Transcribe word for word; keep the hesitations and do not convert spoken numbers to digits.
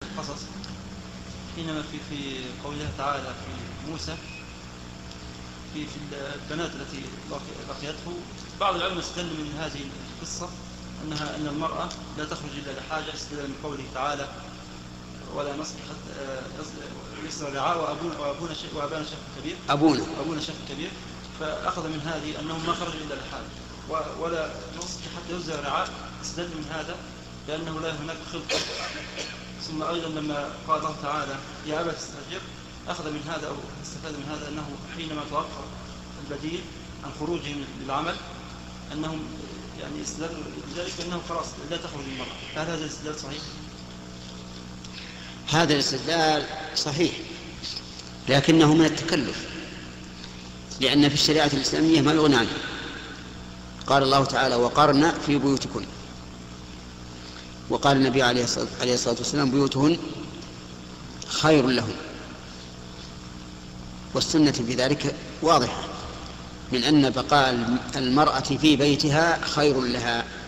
القصص حينما في في قوله تعالى في موسى في في البنات التي لقيته، بعض العلماء استدلوا من هذه القصة أنها أن المرأة لا تخرج إلا لحاجة، استدلوا من قوله تعالى ولا نصبح يسر رعاء وأبونا وأبونا شيخ وأبانا شيخ كبير أبونا أبونا شيخ كبير، فأخذ من هذه أنهم ما خرجوا إلا لحاجة ولا نصبح حتى يزرع رعاء، استدل من هذا لأنه لا هناك خلق. ثم أيضا لما قال الله تعالى يا أبا تستأجر، أخذ من هذا أو استفاد من هذا أنه حينما توفر البديل عن خروجهم للعمل أنهم يعني استدلوا بذلك أنه خلاص لا تخرج المرأة. هل هذا الاستدلال صحيح؟ هذا الاستدلال صحيح لكنه من التكلف، لأن في الشريعة الإسلامية ما يغنى عنه. قال الله تعالى وقرن في بيوتكن، وقال النبي عليه الصلاة والسلام بيوتهن خير لهم، والسنة في ذلك واضحة من أن بقاء المرأة في بيتها خير لها.